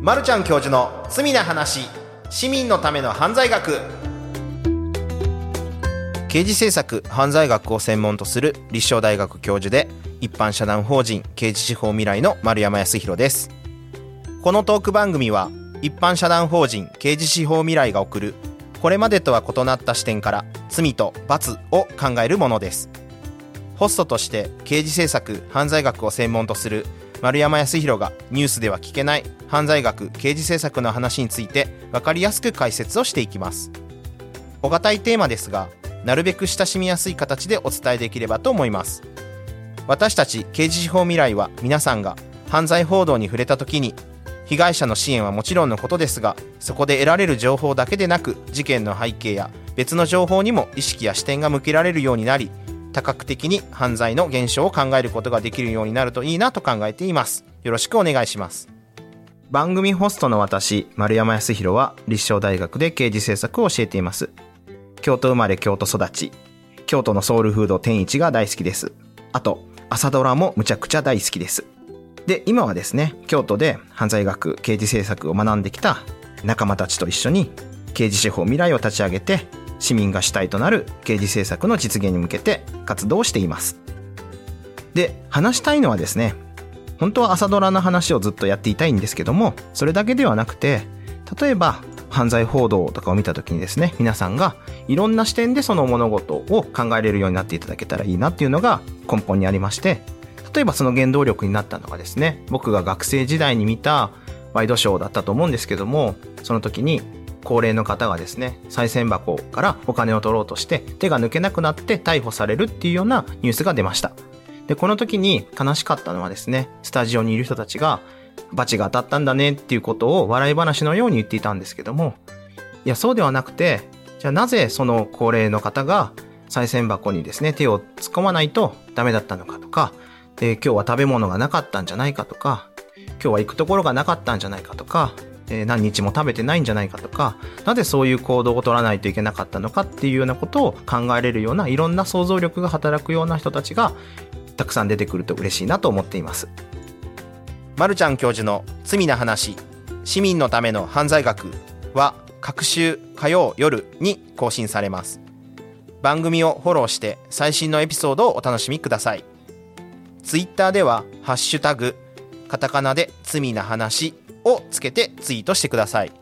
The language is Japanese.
まるちゃん教授の罪な話、市民のための犯罪学。刑事政策犯罪学を専門とする立正大学教授で一般社団法人刑事司法未来の丸山康弘です。このトーク番組は一般社団法人刑事司法未来が送るこれまでとは異なった視点から罪と罰を考えるものです。ホストとして刑事政策犯罪学を専門とする丸山康弘がニュースでは聞けない犯罪学刑事政策の話について分かりやすく解説をしていきます。お堅いテーマですが、なるべく親しみやすい形でお伝えできればと思います。私たち刑事司法未来は、皆さんが犯罪報道に触れた時に被害者の支援はもちろんのことですが、そこで得られる情報だけでなく、事件の背景や別の情報にも意識や視点が向けられるようになり、多角的に犯罪の現象を考えることができるようになるといいなと考えています。よろしくお願いします。番組ホストの私、丸山康弘は立正大学で刑事政策を教えています。京都生まれ京都育ち、京都のソウルフード天一が大好きです。あと朝ドラもむちゃくちゃ大好きです。で、今はですね、京都で犯罪学刑事政策を学んできた仲間たちと一緒に刑事司法未来を立ち上げて、市民が主体となる刑事政策の実現に向けて活動をしています。で、話したいのはですね、本当は朝ドラの話をずっとやっていたいんですけども、それだけではなくて、例えば犯罪報道とかを見た時にですね、皆さんがいろんな視点でその物事を考えれるようになっていただけたらいいなっていうのが根本にありまして、例えばその原動力になったのがですね、僕が学生時代に見たワイドショーだったと思うんですけども、その時に高齢の方がですね、賽銭箱からお金を取ろうとして手が抜けなくなって逮捕されるっていうようなニュースが出ました。で、この時に悲しかったのはですね、スタジオにいる人たちがバチが当たったんだねっていうことを笑い話のように言っていたんですけども、いや、そうではなくて、じゃあなぜその高齢の方が賽銭箱にですね、手を突っ込まないとダメだったのかとか、で、今日は食べ物がなかったんじゃないかとか、今日は行くところがなかったんじゃないかとか、何日も食べてないんじゃないかとか、なぜそういう行動を取らないといけなかったのかっていうようなことを考えれるような、いろんな想像力が働くような人たちがたくさん出てくると嬉しいなと思っています。まるちゃん教授の罪な話、市民のための犯罪学は各週火曜夜に更新されます。番組をフォローして最新のエピソードをお楽しみください。ツイッターではハッシュタグカタカナで罪な話をつけてツイートしてください。